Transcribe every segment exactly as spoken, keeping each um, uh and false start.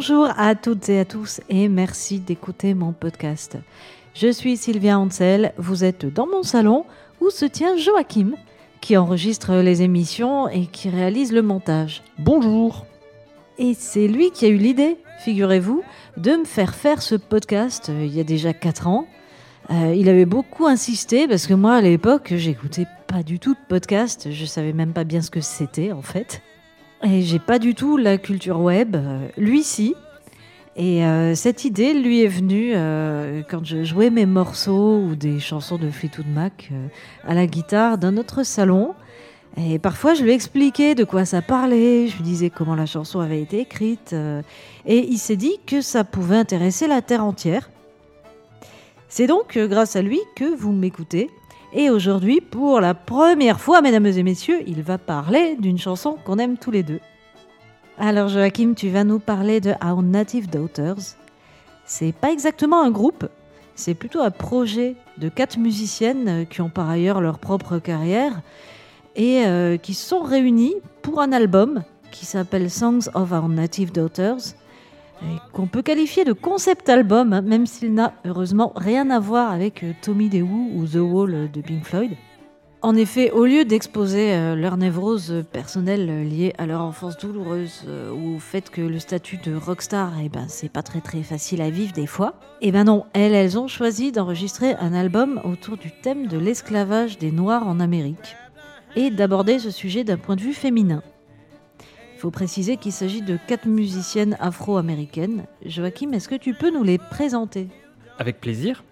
Bonjour à toutes et à tous et merci d'écouter mon podcast. Je suis Sylvia Ansel, vous êtes dans mon salon où se tient Joachim, qui enregistre les émissions et qui réalise le montage. Bonjour. Et c'est lui qui a eu l'idée, figurez-vous, de me faire faire ce podcast euh, il y a déjà quatre ans. Euh, il avait beaucoup insisté parce que moi à l'époque j'écoutais pas du tout de podcast, je savais même pas bien ce que c'était en fait. Et j'ai pas du tout la culture web, euh, lui si. Et euh, cette idée lui est venue euh, quand je jouais mes morceaux ou des chansons de Fleetwood Mac euh, à la guitare dans notre salon. Et parfois je lui expliquais de quoi ça parlait, je lui disais comment la chanson avait été écrite. Euh, et il s'est dit que ça pouvait intéresser la terre entière. C'est donc grâce à lui que vous m'écoutez. Et aujourd'hui, pour la première fois, mesdames et messieurs, il va parler d'une chanson qu'on aime tous les deux. Alors Joachim, tu vas nous parler de Our Native Daughters. C'est pas exactement un groupe, c'est plutôt un projet de quatre musiciennes qui ont par ailleurs leur propre carrière et euh, qui se sont réunies pour un album qui s'appelle Songs of Our Native Daughters, et qu'on peut qualifier de concept album, même s'il n'a heureusement rien à voir avec Tommy the Who ou The Wall de Pink Floyd. En effet, au lieu d'exposer euh, leur névrose personnelle liée à leur enfance douloureuse euh, ou au fait que le statut de rockstar, eh ben, c'est pas très très facile à vivre des fois, eh ben non, elles, elles ont choisi d'enregistrer un album autour du thème de l'esclavage des Noirs en Amérique et d'aborder ce sujet d'un point de vue féminin. Il faut préciser qu'il s'agit de quatre musiciennes afro-américaines. Joachim, est-ce que tu peux nous les présenter ? Avec plaisir.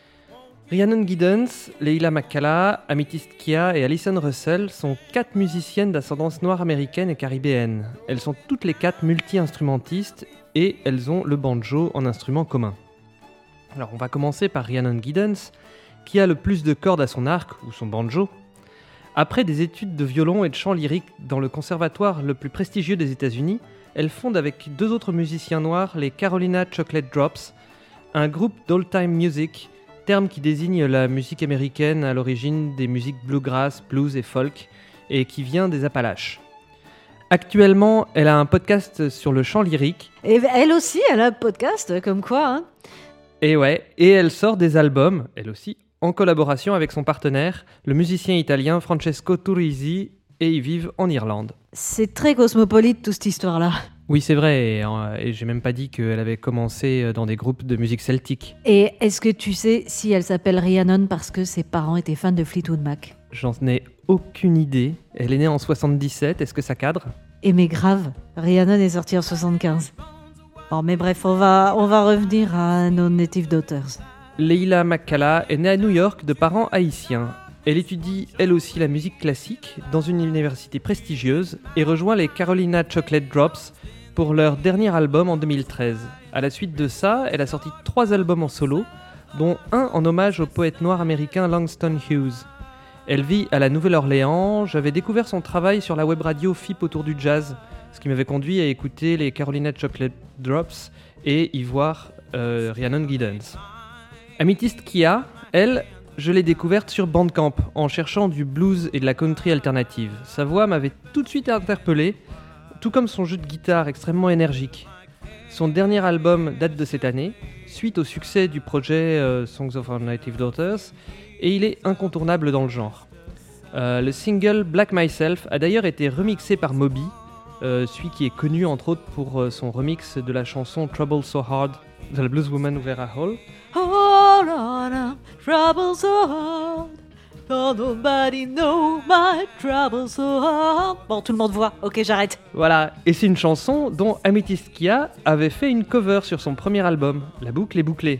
Rhiannon Giddens, Leila McCalla, Amethyst Kia et Alison Russell sont quatre musiciennes d'ascendance noire américaine et caribéenne. Elles sont toutes les quatre multi-instrumentistes et elles ont le banjo en instrument commun. Alors on va commencer par Rhiannon Giddens, qui a le plus de cordes à son arc, ou son banjo. Après des études de violon et de chant lyrique dans le conservatoire le plus prestigieux des États-Unis, elle fonde avec deux autres musiciens noirs les Carolina Chocolate Drops, un groupe d'old-time music, terme qui désigne la musique américaine à l'origine des musiques bluegrass, blues et folk, et qui vient des Appalaches. Actuellement, elle a un podcast sur le chant lyrique. Et elle aussi, elle a un podcast, comme quoi, hein. Et ouais, et elle sort des albums, elle aussi, en collaboration avec son partenaire, le musicien italien Francesco Turrisi, et ils vivent en Irlande. C'est très cosmopolite, toute cette histoire-là. Oui, c'est vrai, et, euh, et j'ai même pas dit qu'elle avait commencé dans des groupes de musique celtique. Et est-ce que tu sais si elle s'appelle Rhiannon parce que ses parents étaient fans de Fleetwood Mac ? J'en ai aucune idée. Elle est née en soixante-dix-sept, est-ce que ça cadre ? Et mais grave, Rhiannon est sortie en soixante-quinze. Bon, mais bref, on va, on va revenir à nos Native Daughters. Leila McCalla est née à New York de parents haïtiens. Elle étudie elle aussi la musique classique dans une université prestigieuse et rejoint les Carolina Chocolate Drops pour leur dernier album en deux mille treize. À la suite de ça, elle a sorti trois albums en solo, dont un en hommage au poète noir américain Langston Hughes. Elle vit à la Nouvelle-Orléans. J'avais découvert son travail sur la web radio F I P autour du jazz, ce qui m'avait conduit à écouter les Carolina Chocolate Drops et y voir euh, Rhiannon Giddens. Amethyst Kia, elle, je l'ai découverte sur Bandcamp en cherchant du blues et de la country alternative. Sa voix m'avait tout de suite interpellé, tout comme son jeu de guitare extrêmement énergique. Son dernier album date de cette année, suite au succès du projet euh, Songs of Our Native Daughters, et il est incontournable dans le genre. Euh, le single Black Myself a d'ailleurs été remixé par Moby, euh, celui qui est connu entre autres pour euh, son remix de la chanson Trouble So Hard de la blueswoman Vera Hall. Hold on, trouble so hard. Don't nobody know my trouble so hard. Bon, tout le monde voit. Ok, j'arrête. Voilà, et c'est une chanson dont Amethyst Kia avait fait une cover sur son premier album, La boucle est bouclée.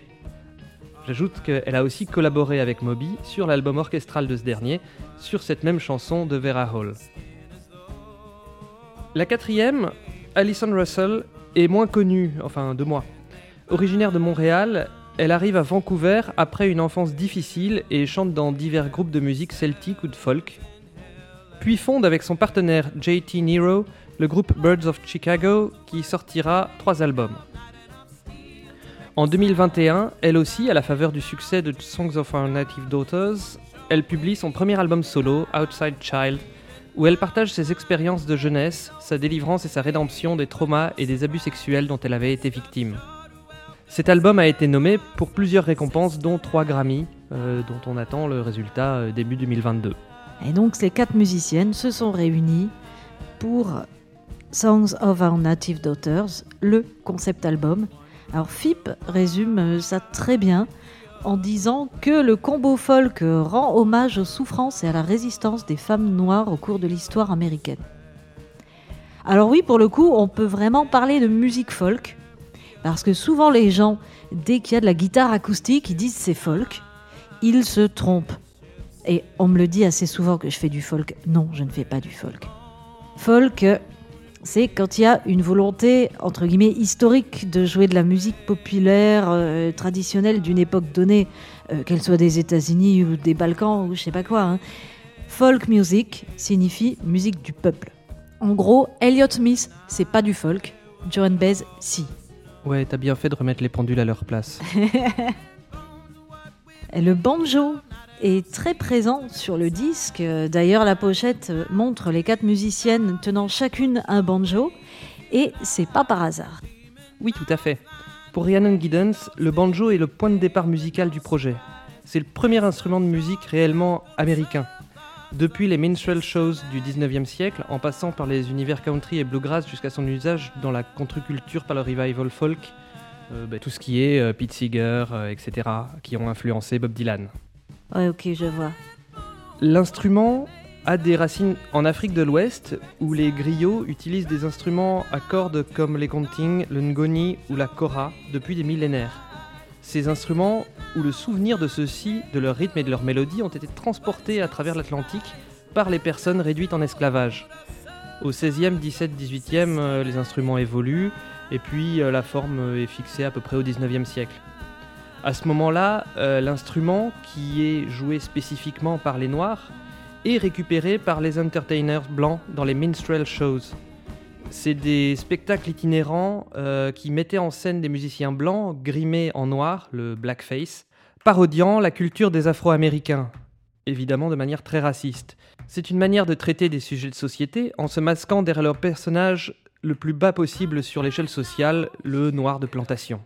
J'ajoute qu'elle a aussi collaboré avec Moby sur l'album orchestral de ce dernier, sur cette même chanson de Vera Hall. La quatrième, Alison Russell, est moins connue, enfin de moi. Originaire de Montréal, elle arrive à Vancouver après une enfance difficile et chante dans divers groupes de musique celtique ou de folk. Puis fonde avec son partenaire J T Nero le groupe Birds of Chicago qui sortira trois albums. En deux mille vingt et un, elle aussi, à la faveur du succès de Songs of Our Native Daughters, elle publie son premier album solo, Outside Child, où elle partage ses expériences de jeunesse, sa délivrance et sa rédemption des traumas et des abus sexuels dont elle avait été victime. Cet album a été nommé pour plusieurs récompenses, dont trois Grammy, euh, dont on attend le résultat euh, début deux mille vingt-deux. Et donc ces quatre musiciennes se sont réunies pour Songs of Our Native Daughters, le concept album. Alors F I P résume ça très bien en disant que le combo folk rend hommage aux souffrances et à la résistance des femmes noires au cours de l'histoire américaine. Alors oui, pour le coup, on peut vraiment parler de musique folk, parce que souvent les gens, dès qu'il y a de la guitare acoustique, ils disent c'est folk, ils se trompent. Et on me le dit assez souvent que je fais du folk. Non, je ne fais pas du folk. Folk, c'est quand il y a une volonté, entre guillemets, historique de jouer de la musique populaire, euh, traditionnelle d'une époque donnée, euh, qu'elle soit des États-Unis ou des Balkans ou je sais pas quoi. Hein. Folk music signifie musique du peuple. En gros, Elliott Smith, c'est pas du folk. Joan Baez, si. Ouais, t'as bien fait de remettre les pendules à leur place. Le banjo est très présent sur le disque. D'ailleurs, la pochette montre les quatre musiciennes tenant chacune un banjo, et c'est pas par hasard. Oui, tout à fait. Pour Rhiannon Giddens, le banjo est le point de départ musical du projet. C'est le premier instrument de musique réellement américain. Depuis les minstrel shows du dix-neuvième siècle, en passant par les univers country et bluegrass jusqu'à son usage dans la contre-culture par le revival folk, euh, bah, tout ce qui est euh, Pete Seeger, euh, et cetera, qui ont influencé Bob Dylan. Ouais, ok, je vois. L'instrument a des racines en Afrique de l'Ouest, où les griots utilisent des instruments à cordes comme les kontings, le ngoni ou la kora depuis des millénaires. Ces instruments, où le souvenir de ceux-ci, de leur rythme et de leur mélodie, ont été transportés à travers l'Atlantique par les personnes réduites en esclavage. Au seizième, dix-septième, dix-huitième, euh, les instruments évoluent, et puis euh, la forme est fixée à peu près au dix-neuvième siècle. À ce moment-là, euh, l'instrument, qui est joué spécifiquement par les Noirs, est récupéré par les entertainers blancs dans les minstrel shows. C'est des spectacles itinérants euh, qui mettaient en scène des musiciens blancs grimés en noir, le blackface, parodiant la culture des Afro-Américains, évidemment de manière très raciste. C'est une manière de traiter des sujets de société en se masquant derrière leur personnage le plus bas possible sur l'échelle sociale, le noir de plantation.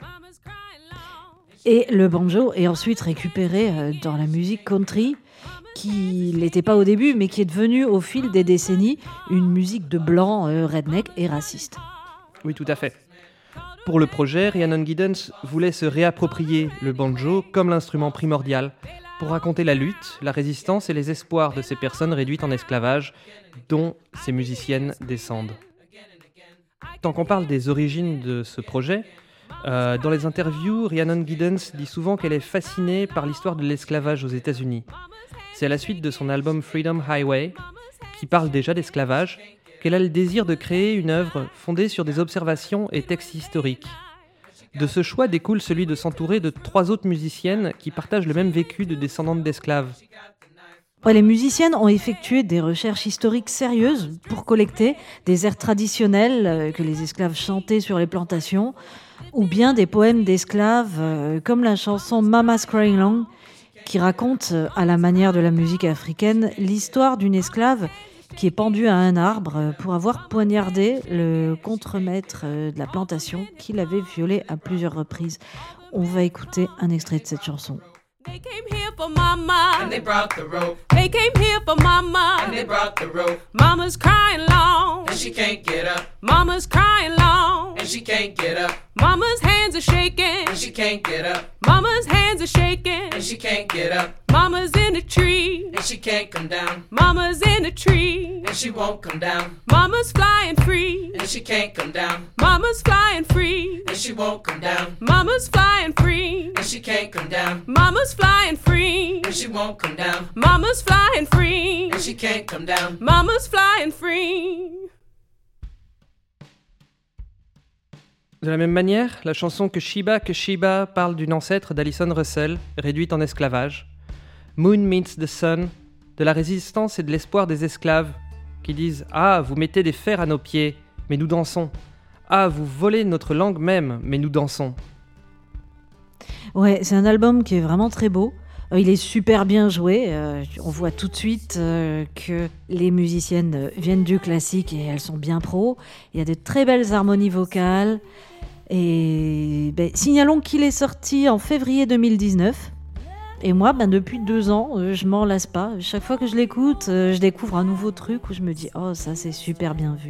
Et le banjo est ensuite récupéré euh, dans la musique country, qui n'était pas au début, mais qui est devenue au fil des décennies une musique de blanc, euh, redneck et raciste. Oui, tout à fait. Pour le projet, Rhiannon Giddens voulait se réapproprier le banjo comme l'instrument primordial pour raconter la lutte, la résistance et les espoirs de ces personnes réduites en esclavage, dont ces musiciennes descendent. Tant qu'on parle des origines de ce projet, Euh, dans les interviews, Rhiannon Giddens dit souvent qu'elle est fascinée par l'histoire de l'esclavage aux États-Unis. C'est à la suite de son album Freedom Highway, qui parle déjà d'esclavage, qu'elle a le désir de créer une œuvre fondée sur des observations et textes historiques. De ce choix découle celui de s'entourer de trois autres musiciennes qui partagent le même vécu de descendantes d'esclaves. Ouais, les musiciennes ont effectué des recherches historiques sérieuses pour collecter des airs traditionnels euh, que les esclaves chantaient sur les plantations, ou bien des poèmes d'esclaves euh, comme la chanson Mama's Crying Long, qui raconte, euh, à la manière de la musique africaine, l'histoire d'une esclave qui est pendue à un arbre pour avoir poignardé le contremaître euh, de la plantation qui l'avait violée à plusieurs reprises. On va écouter un extrait de cette chanson. They came here for mama, and they brought the rope. They came here for mama, and they brought the rope. Mama's crying long, and she can't get up. Mama's crying long, and she can't get up. Mama's hands are shaking, and she can't get up. Mama's hands are shaking, and she can't get up. Mama's in a tree, and she can't come down. Mama's in a tree, and she won't come down. Mama's flying free, and she can't come down. Mama's flying free, and she won't come down. Mama's flying free, and she can't come down. Mama's flying free, and she won't come down. Mama's flying free, and she can't come down. Mama's flying free. De la même manière, la chanson Que Sheba, Que Sheba parle d'une ancêtre d'Alison Russell, réduite en esclavage. Moon Meets the Sun, de la résistance et de l'espoir des esclaves, qui disent « Ah, vous mettez des fers à nos pieds, mais nous dansons. Ah, vous volez notre langue même, mais nous dansons. » Ouais, c'est un album qui est vraiment très beau. Il est super bien joué. Euh, on voit tout de suite euh, que les musiciennes viennent du classique et elles sont bien pros. Il y a de très belles harmonies vocales. Et ben, signalons qu'il est sorti en février deux mille dix-neuf. Et moi, ben, depuis deux ans, euh, je m'en lasse pas. Chaque fois que je l'écoute, euh, je découvre un nouveau truc où je me dis « Oh, ça c'est super bien vu ».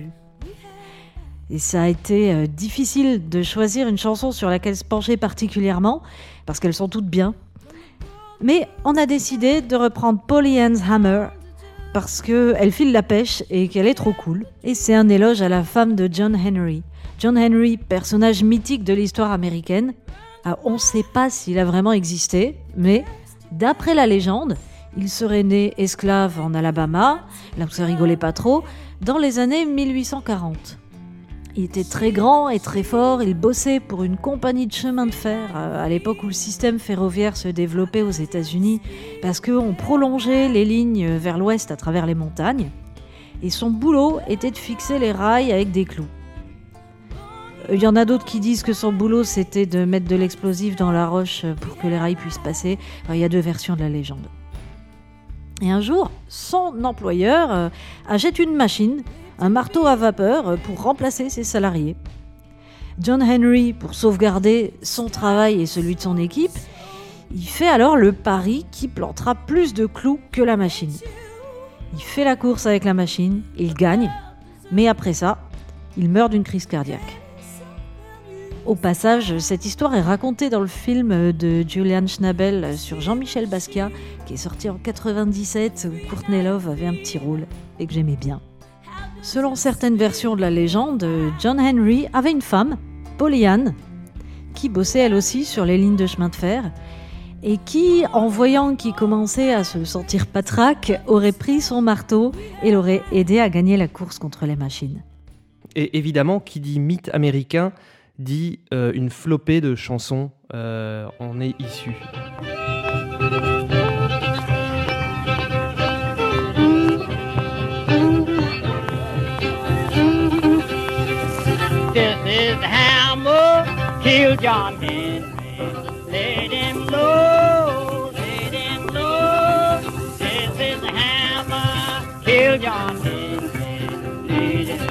Et ça a été euh, difficile de choisir une chanson sur laquelle se pencher particulièrement, parce qu'elles sont toutes bien. Mais on a décidé de reprendre Polly Ann's Hammer parce qu'elle file la pêche et qu'elle est trop cool. Et c'est un éloge à la femme de John Henry. John Henry, personnage mythique de l'histoire américaine. Alors, on ne sait pas s'il a vraiment existé, mais d'après la légende, il serait né esclave en Alabama, là où ça rigolait pas trop, dans les années mille huit cent quarante. Il était très grand et très fort, il bossait pour une compagnie de chemin de fer à l'époque où le système ferroviaire se développait aux États-Unis parce qu'on prolongeait les lignes vers l'ouest à travers les montagnes et son boulot était de fixer les rails avec des clous. Il y en a d'autres qui disent que son boulot c'était de mettre de l'explosif dans la roche pour que les rails puissent passer. Enfin, il y a deux versions de la légende. Et un jour, son employeur achète une machine, un marteau à vapeur pour remplacer ses salariés. John Henry, pour sauvegarder son travail et celui de son équipe, il fait alors le pari qui plantera plus de clous que la machine. Il fait la course avec la machine, il gagne, mais après ça, il meurt d'une crise cardiaque. Au passage, cette histoire est racontée dans le film de Julian Schnabel sur Jean-Michel Basquiat, qui est sorti en quatre-vingt-dix-sept, où Courtney Love avait un petit rôle et que j'aimais bien. Selon certaines versions de la légende, John Henry avait une femme, Polly Ann, qui bossait elle aussi sur les lignes de chemin de fer et qui, en voyant qu'il commençait à se sentir patraque, aurait pris son marteau et l'aurait aidé à gagner la course contre les machines. Et évidemment, qui dit mythe américain dit euh, une flopée de chansons euh, en est issue. This is the hammer, kill John Henry. Let him know, let him know. This is the hammer, kill John Henry. Let him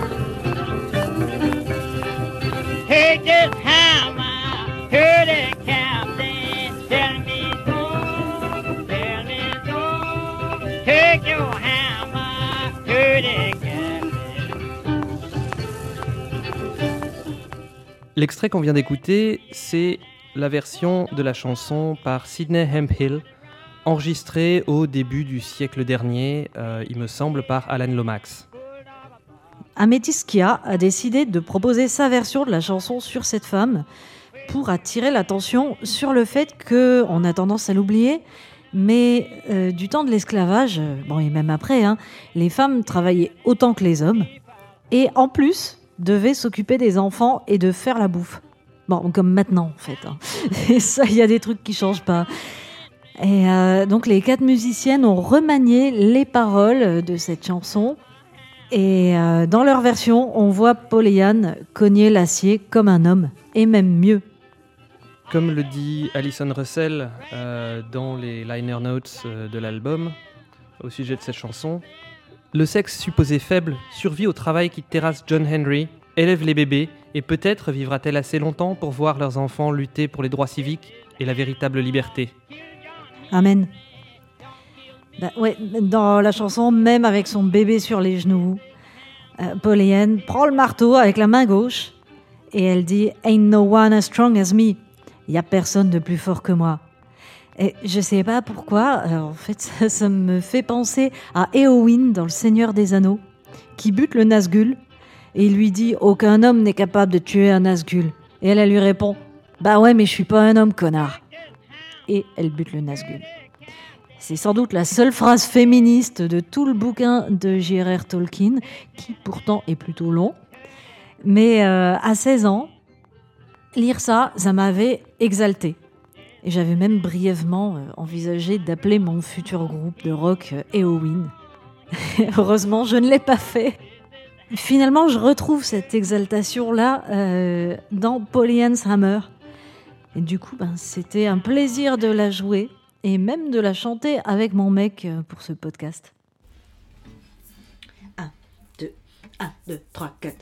take this hammer, hurt the captain. Tell me so, tell me so. Take your hammer, hurt the captain. L'extrait qu'on vient d'écouter, c'est la version de la chanson par Sidney Hemphill, enregistrée au début du siècle dernier, euh, il me semble, par Alan Lomax. Améthyste Kia a décidé de proposer sa version de la chanson sur cette femme pour attirer l'attention sur le fait qu'on a tendance à l'oublier, mais euh, du temps de l'esclavage, bon et même après, hein, les femmes travaillaient autant que les hommes, et en plus devaient s'occuper des enfants et de faire la bouffe. Bon, comme maintenant en fait. Hein. Et ça, il y a des trucs qui changent pas. Et euh, donc les quatre musiciennes ont remanié les paroles de cette chanson. Et euh, dans leur version, on voit Polly Ann cogner l'acier comme un homme, et même mieux. Comme le dit Alison Russell euh, dans les liner notes euh, de l'album, au sujet de cette chanson, le sexe supposé faible survit au travail qui terrasse John Henry, élève les bébés, et peut-être vivra-t-elle assez longtemps pour voir leurs enfants lutter pour les droits civiques et la véritable liberté. Amen. Ben ouais, dans la chanson, même avec son bébé sur les genoux, euh, Polly Ann prend le marteau avec la main gauche et elle dit « Ain't no one as strong as me ». Il n'y a personne de plus fort que moi. Et je sais pas pourquoi, euh, en fait, ça, ça me fait penser à Éowyn dans Le Seigneur des Anneaux, qui bute le Nazgûl, et il lui dit « Aucun homme n'est capable de tuer un Nazgûl ». Et elle, elle lui répond « Bah ouais, mais je suis pas un homme, connard ». Et elle bute le Nazgûl. C'est sans doute la seule phrase féministe de tout le bouquin de J R R Tolkien, qui pourtant est plutôt long. Mais euh, à seize ans, lire ça, ça m'avait exaltée. Et j'avais même brièvement euh, envisagé d'appeler mon futur groupe de rock euh, Éowyn. Heureusement, je ne l'ai pas fait. Finalement, je retrouve cette exaltation-là euh, dans Polly Ann's Hammer. Et du coup, ben, c'était un plaisir de la jouer. et même de la chanter avec mon mec pour ce podcast. un, deux, un, deux, trois, quatre.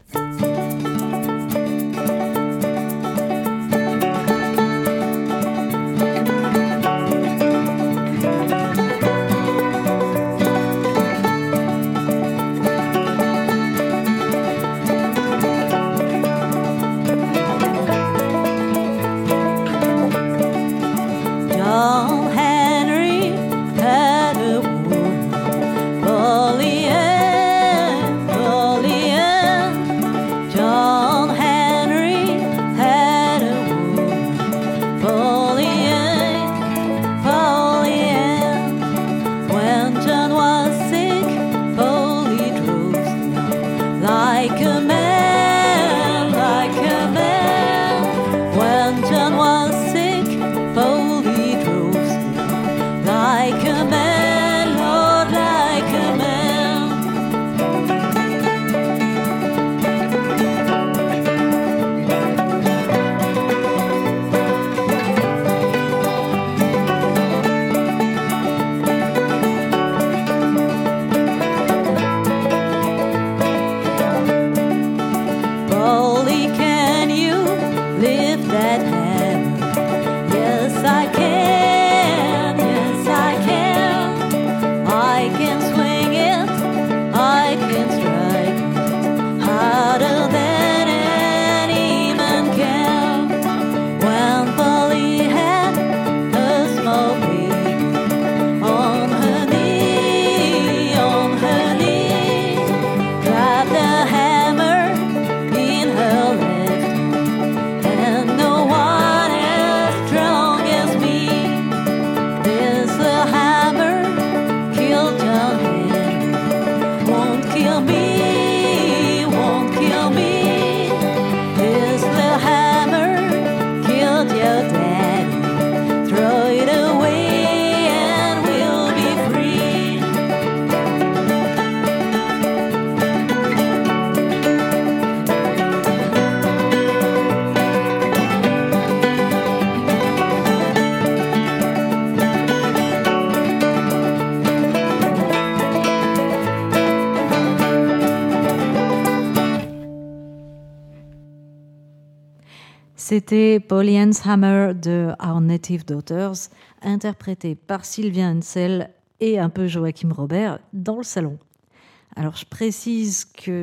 C'était Polly Ann's Hammer de Our Native Daughters, interprété par Sylvia Ansel et un peu Joachim Robert dans le salon. Alors je précise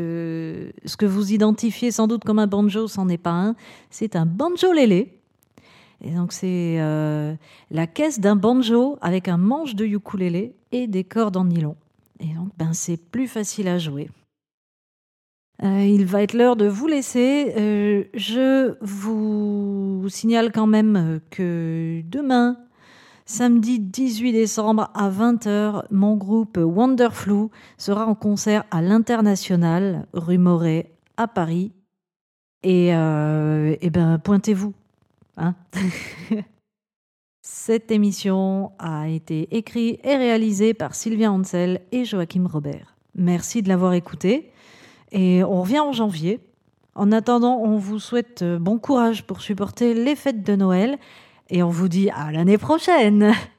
que ce que vous identifiez sans doute comme un banjo, c'en est pas un, c'est un banjolélé. Et donc c'est euh, la caisse d'un banjo avec un manche de ukulélé et des cordes en nylon. Et donc ben, c'est plus facile à jouer. Euh, il va être l'heure de vous laisser. Euh, je vous signale quand même que demain, samedi dix-huit décembre à vingt heures, mon groupe Wonderflu sera en concert à l'International, rue Moret, à Paris. Et, euh, et ben, pointez-vous. Hein. Cette émission a été écrite et réalisée par Sylvia Ansel et Joachim Robert. Merci de l'avoir écoutée. Et on revient en janvier. En attendant, on vous souhaite bon courage pour supporter les fêtes de Noël et on vous dit à l'année prochaine.